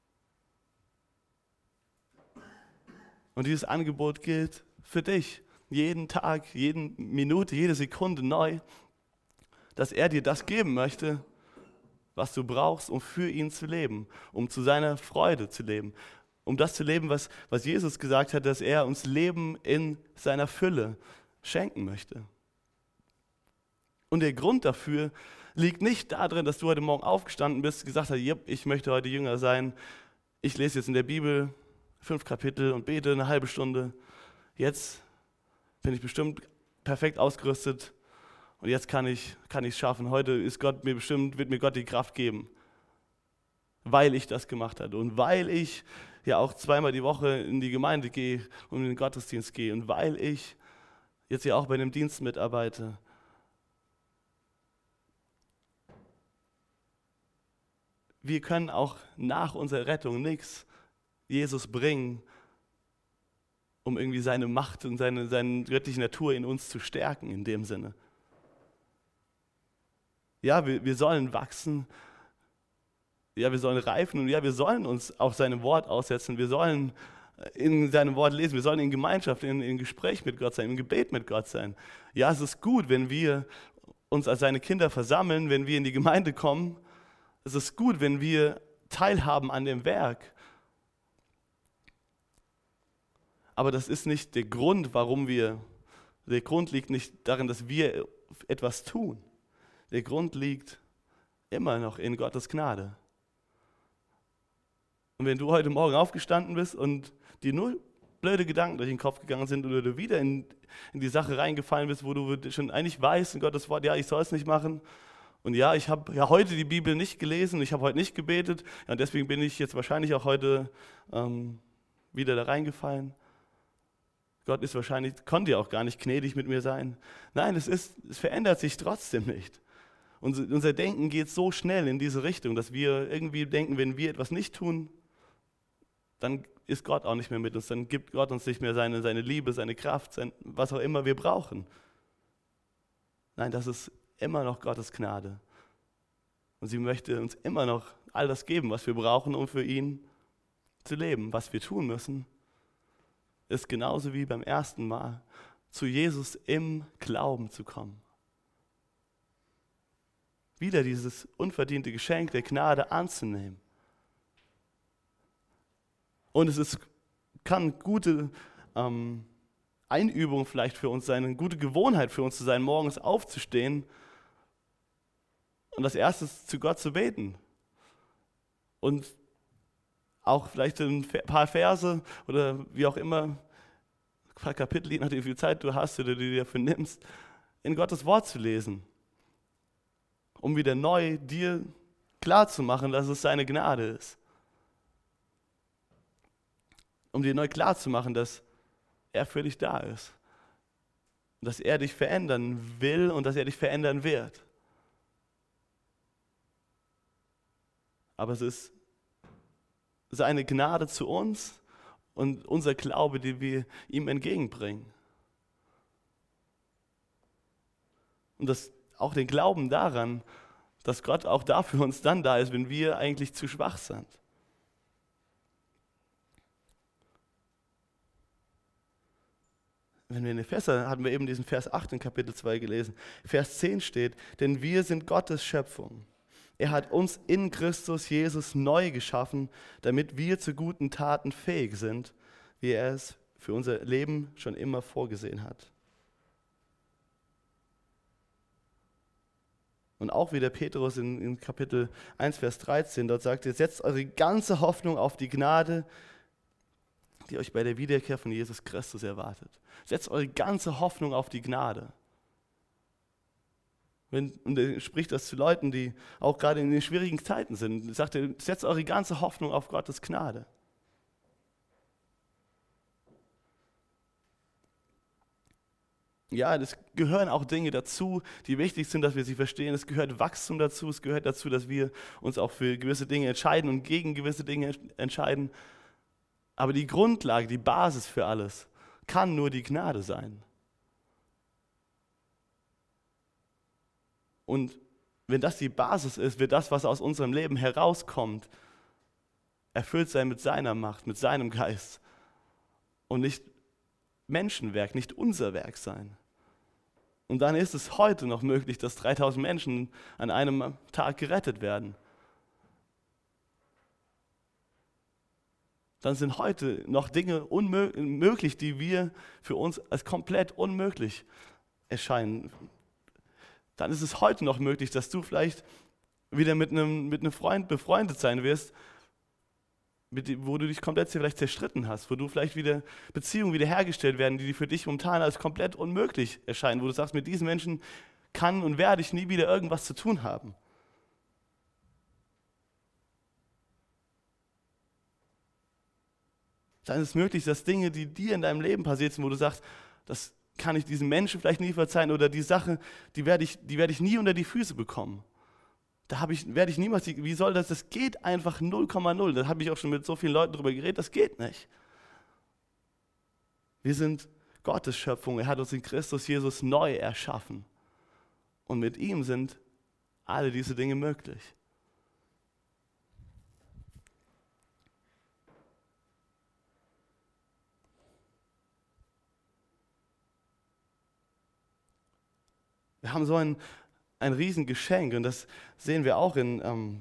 Und dieses Angebot gilt für dich, jeden Tag, jede Minute, jede Sekunde neu, dass er dir das geben möchte, was du brauchst, um für ihn zu leben, um zu seiner Freude zu leben, um das zu leben, was, was Jesus gesagt hat, dass er uns Leben in seiner Fülle schenken möchte. Und der Grund dafür liegt nicht darin, dass du heute Morgen aufgestanden bist, gesagt hast, yep, ich möchte heute Jünger sein, ich lese jetzt in der Bibel fünf Kapitel und bete eine halbe Stunde, jetzt bin ich bestimmt perfekt ausgerüstet. Und jetzt kann ich kann ich es schaffen. Heute ist Gott mir bestimmt, wird mir Gott die Kraft geben, weil ich das gemacht habe und weil ich ja auch zweimal die Woche in die Gemeinde gehe und in den Gottesdienst gehe und weil ich jetzt ja auch bei dem Dienst mitarbeite. Wir können auch nach unserer Rettung nichts Jesus bringen, um irgendwie seine Macht und seine, seine göttliche Natur in uns zu stärken in dem Sinne. Ja, wir, wir sollen wachsen, ja, wir sollen reifen und ja, wir sollen uns auch seinem Wort aussetzen, wir sollen in seinem Wort lesen, wir sollen in Gemeinschaft, in, in Gespräch mit Gott sein, im Gebet mit Gott sein. Ja, es ist gut, wenn wir uns als seine Kinder versammeln, wenn wir in die Gemeinde kommen. Es ist gut, wenn wir teilhaben an dem Werk. Aber das ist nicht der Grund, warum wir, der Grund liegt nicht darin, dass wir etwas tun. Der Grund liegt immer noch in Gottes Gnade. Und wenn du heute Morgen aufgestanden bist und dir nur blöde Gedanken durch den Kopf gegangen sind oder du wieder in, in die Sache reingefallen bist, wo du schon eigentlich weißt in Gottes Wort, ja, ich soll es nicht machen. Und ja, ich habe ja heute die Bibel nicht gelesen, ich habe heute nicht gebetet, ja, und deswegen bin ich jetzt wahrscheinlich auch heute ähm, wieder da reingefallen. Gott ist wahrscheinlich, konnte ja auch gar nicht gnädig mit mir sein. Nein, es, ist, es verändert sich trotzdem nicht. Unser, unser Denken geht so schnell in diese Richtung, dass wir irgendwie denken, wenn wir etwas nicht tun, dann ist Gott auch nicht mehr mit uns, dann gibt Gott uns nicht mehr seine, seine Liebe, seine Kraft, sein, was auch immer wir brauchen. Nein, das ist immer noch Gottes Gnade. Und sie möchte uns immer noch all das geben, was wir brauchen, um für ihn zu leben. Was wir tun müssen, ist genauso wie beim ersten Mal, zu Jesus im Glauben zu kommen. Wieder dieses unverdiente Geschenk der Gnade anzunehmen. Und es ist, kann gute ähm, Einübung vielleicht für uns sein, eine gute Gewohnheit für uns zu sein, morgens aufzustehen und als erstes zu Gott zu beten. Und auch vielleicht ein paar Verse oder wie auch immer, ein paar Kapitel, je nachdem wie viel Zeit du hast oder du dir dafür nimmst, in Gottes Wort zu lesen. Um wieder neu dir klarzumachen, dass es seine Gnade ist. Um dir neu klarzumachen, dass er für dich da ist. Dass er dich verändern will und dass er dich verändern wird. Aber es ist seine Gnade zu uns und unser Glaube, den wir ihm entgegenbringen. und das, auch den Glauben daran, dass Gott auch da für uns dann da ist, wenn wir eigentlich zu schwach sind. Wenn wir in Epheser, hatten wir eben diesen Vers acht in Kapitel zwei gelesen. Vers zehn steht, denn wir sind Gottes Schöpfung. Er hat uns in Christus Jesus neu geschaffen, damit wir zu guten Taten fähig sind, wie er es für unser Leben schon immer vorgesehen hat. Und auch wieder Petrus in, in Kapitel eins, Vers dreizehn, dort sagt er, setzt eure ganze Hoffnung auf die Gnade, die euch bei der Wiederkehr von Jesus Christus erwartet. Setzt eure ganze Hoffnung auf die Gnade. Wenn, und er spricht das zu Leuten, die auch gerade in den schwierigen Zeiten sind. Er sagt, setzt eure ganze Hoffnung auf Gottes Gnade. Ja, es gehören auch Dinge dazu, die wichtig sind, dass wir sie verstehen. Es gehört Wachstum dazu. Es gehört dazu, dass wir uns auch für gewisse Dinge entscheiden und gegen gewisse Dinge entscheiden. Aber die Grundlage, die Basis für alles, kann nur die Gnade sein. Und wenn das die Basis ist, wird das, was aus unserem Leben herauskommt, erfüllt sein mit seiner Macht, mit seinem Geist. Und nicht Menschenwerk, nicht unser Werk sein. Und dann ist es heute noch möglich, dass dreitausend Menschen an einem Tag gerettet werden. Dann sind heute noch Dinge unmöglich, die wir für uns als komplett unmöglich erscheinen. Dann ist es heute noch möglich, dass du vielleicht wieder mit einem, mit einem Freund befreundet sein wirst, mit dem, wo du dich komplett vielleicht zerstritten hast, wo du vielleicht wieder Beziehungen wiederhergestellt werden, die für dich momentan als komplett unmöglich erscheinen, wo du sagst, mit diesen Menschen kann und werde ich nie wieder irgendwas zu tun haben. Dann ist es möglich, dass Dinge, die dir in deinem Leben passiert sind, wo du sagst, das kann ich diesem Menschen vielleicht nie verzeihen oder die Sache, die werde ich, die werde ich nie unter die Füße bekommen. Da habe ich, werde ich niemals, die, wie soll das, das geht einfach null Komma null. Da habe ich auch schon mit so vielen Leuten drüber geredet, das geht nicht. Wir sind Gottes Schöpfung, er hat uns in Christus Jesus neu erschaffen. Und mit ihm sind alle diese Dinge möglich. Wir haben so ein, ein Riesengeschenk und das sehen wir auch in, ähm,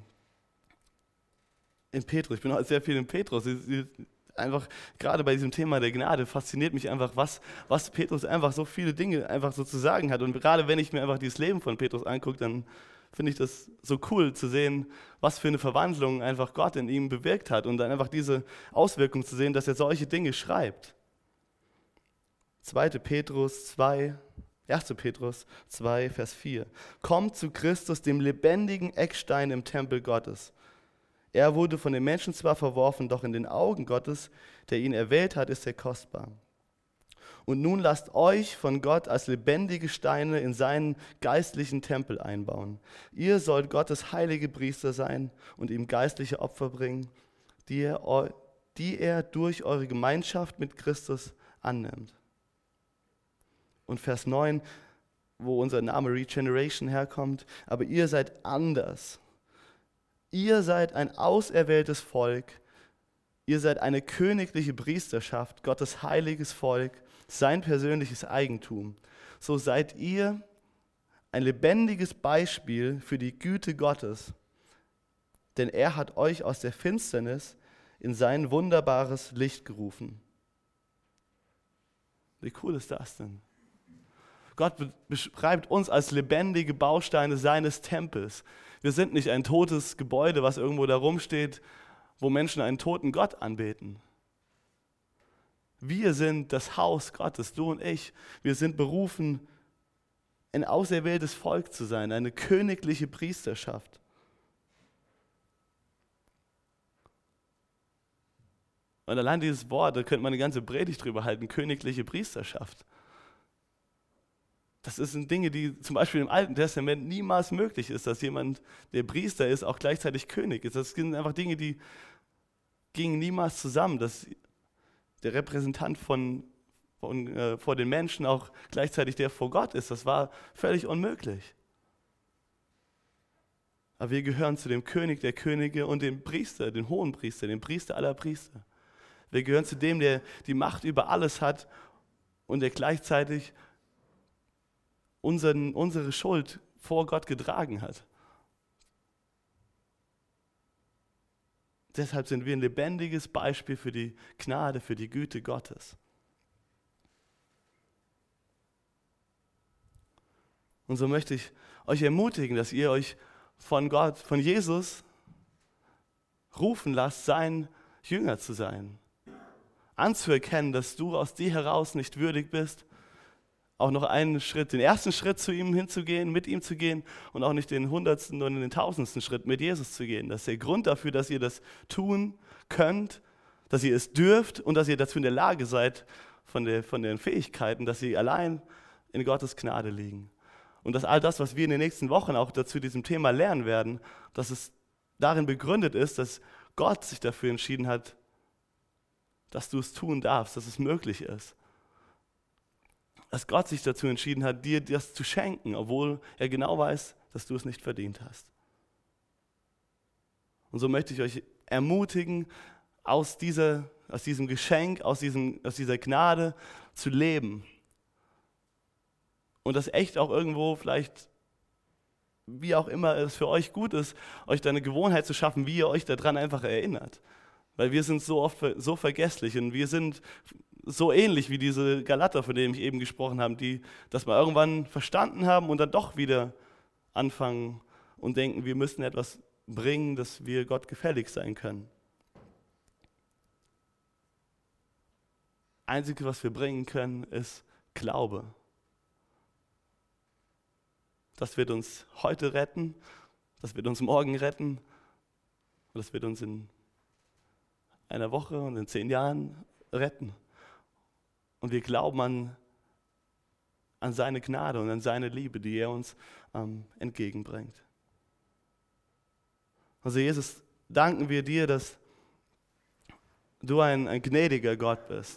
in Petrus. Ich bin heute sehr viel in Petrus. Einfach gerade bei diesem Thema der Gnade fasziniert mich einfach, was, was Petrus einfach so viele Dinge einfach so zu sagen hat. Und gerade wenn ich mir einfach dieses Leben von Petrus angucke, dann finde ich das so cool zu sehen, was für eine Verwandlung einfach Gott in ihm bewirkt hat und dann einfach diese Auswirkung zu sehen, dass er solche Dinge schreibt. zweiter Petrus zwei, erster Petrus zwei, Vers vier. Kommt zu Christus, dem lebendigen Eckstein im Tempel Gottes. Er wurde von den Menschen zwar verworfen, doch in den Augen Gottes, der ihn erwählt hat, ist er kostbar. Und nun lasst euch von Gott als lebendige Steine in seinen geistlichen Tempel einbauen. Ihr sollt Gottes heilige Priester sein und ihm geistliche Opfer bringen, die er, die er durch eure Gemeinschaft mit Christus annimmt. Und Vers neun, wo unser Name Regeneration herkommt, aber ihr seid anders. Ihr seid ein auserwähltes Volk, ihr seid eine königliche Priesterschaft, Gottes heiliges Volk, sein persönliches Eigentum. So seid ihr ein lebendiges Beispiel für die Güte Gottes, denn er hat euch aus der Finsternis in sein wunderbares Licht gerufen. Wie cool ist das denn? Gott beschreibt uns als lebendige Bausteine seines Tempels. Wir sind nicht ein totes Gebäude, was irgendwo da rumsteht, wo Menschen einen toten Gott anbeten. Wir sind das Haus Gottes, du und ich. Wir sind berufen, ein auserwähltes Volk zu sein, eine königliche Priesterschaft. Und allein dieses Wort, da könnte man eine ganze Predigt drüber halten, königliche Priesterschaft. Das sind Dinge, die zum Beispiel im Alten Testament niemals möglich ist, dass jemand, der Priester ist, auch gleichzeitig König ist. Das sind einfach Dinge, die gingen niemals zusammen, dass der Repräsentant von, von, äh, vor den Menschen auch gleichzeitig der vor Gott ist. Das war völlig unmöglich. Aber wir gehören zu dem König der Könige und dem Priester, dem Hohenpriester, dem Priester aller Priester. Wir gehören zu dem, der die Macht über alles hat und der gleichzeitig unseren, unsere Schuld vor Gott getragen hat. Deshalb sind wir ein lebendiges Beispiel für die Gnade, für die Güte Gottes. Und so möchte ich euch ermutigen, dass ihr euch von Gott, von Jesus rufen lasst, sein Jünger zu sein. Anzuerkennen, dass du aus dir heraus nicht würdig bist, auch noch einen Schritt, den ersten Schritt zu ihm hinzugehen, mit ihm zu gehen und auch nicht den hundertsten und den tausendsten Schritt mit Jesus zu gehen. Das ist der Grund dafür, dass ihr das tun könnt, dass ihr es dürft und dass ihr dazu in der Lage seid, von, der, von den Fähigkeiten, dass sie allein in Gottes Gnade liegen. Und dass all das, was wir in den nächsten Wochen auch dazu diesem Thema lernen werden, dass es darin begründet ist, dass Gott sich dafür entschieden hat, dass du es tun darfst, dass es möglich ist. Dass Gott sich dazu entschieden hat, dir das zu schenken, obwohl er genau weiß, dass du es nicht verdient hast. Und so möchte ich euch ermutigen, aus, dieser, aus diesem Geschenk, aus, diesem, aus dieser Gnade zu leben. Und das echt auch irgendwo vielleicht, wie auch immer es für euch gut ist, euch da eine Gewohnheit zu schaffen, wie ihr euch daran einfach erinnert. Weil wir sind so oft so vergesslich und wir sind so ähnlich wie diese Galater, von denen ich eben gesprochen habe, die das mal irgendwann verstanden haben und dann doch wieder anfangen und denken, wir müssen etwas bringen, dass wir Gott gefällig sein können. Einzige, was wir bringen können, ist Glaube. Das wird uns heute retten, das wird uns morgen retten und das wird uns in einer Woche und in zehn Jahren retten. Und wir glauben an, an seine Gnade und an seine Liebe, die er uns ähm, entgegenbringt. Also Jesus, danken wir dir, dass du ein, ein gnädiger Gott bist.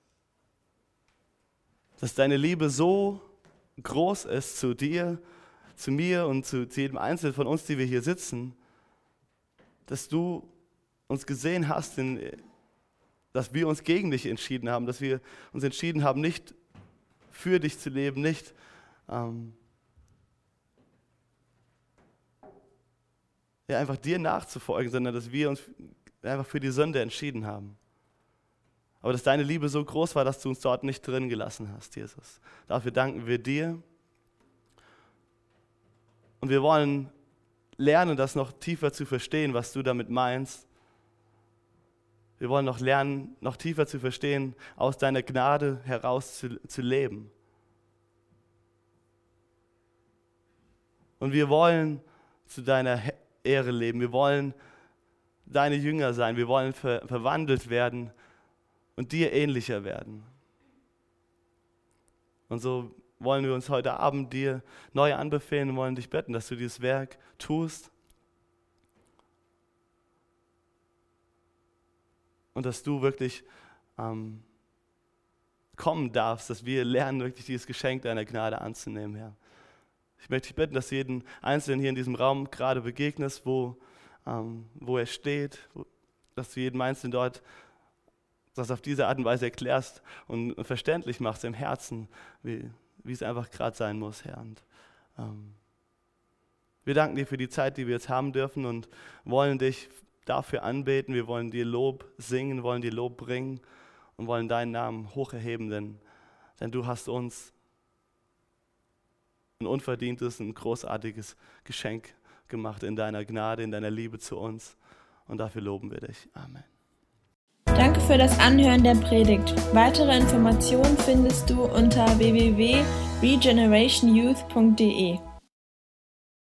Dass deine Liebe so groß ist zu dir, zu mir und zu, zu jedem Einzelnen von uns, die wir hier sitzen, dass du uns gesehen hast, in, dass wir uns gegen dich entschieden haben, dass wir uns entschieden haben, nicht für dich zu leben, nicht ähm, ja, einfach dir nachzufolgen, sondern dass wir uns einfach für die Sünde entschieden haben. Aber dass deine Liebe so groß war, dass du uns dort nicht drin gelassen hast, Jesus. Dafür danken wir dir. Und wir wollen lernen, das noch tiefer zu verstehen, was du damit meinst. Wir wollen noch lernen, noch tiefer zu verstehen, aus deiner Gnade heraus zu, zu leben. Und wir wollen zu deiner Ehre leben. Wir wollen deine Jünger sein. Wir wollen ver, verwandelt werden und dir ähnlicher werden. Und so wollen wir uns heute Abend dir neu anbefehlen und wollen dich bitten, dass du dieses Werk tust. Und dass du wirklich ähm, kommen darfst, dass wir lernen, wirklich dieses Geschenk deiner Gnade anzunehmen, Herr. Ich möchte dich bitten, dass du jeden Einzelnen hier in diesem Raum gerade begegnest, wo, ähm, wo er steht, wo, dass du jeden Einzelnen dort das auf diese Art und Weise erklärst und verständlich machst im Herzen, wie, wie es einfach gerade sein muss, Herr. Und, ähm, wir danken dir für die Zeit, die wir jetzt haben dürfen und wollen dich dafür anbeten, wir wollen dir Lob singen, wollen dir Lob bringen und wollen deinen Namen hoch erheben, denn, denn du hast uns ein unverdientes, ein großartiges Geschenk gemacht in deiner Gnade, in deiner Liebe zu uns und dafür loben wir dich. Amen. Danke für das Anhören der Predigt. Weitere Informationen findest du unter w w w punkt regeneration youth punkt d e.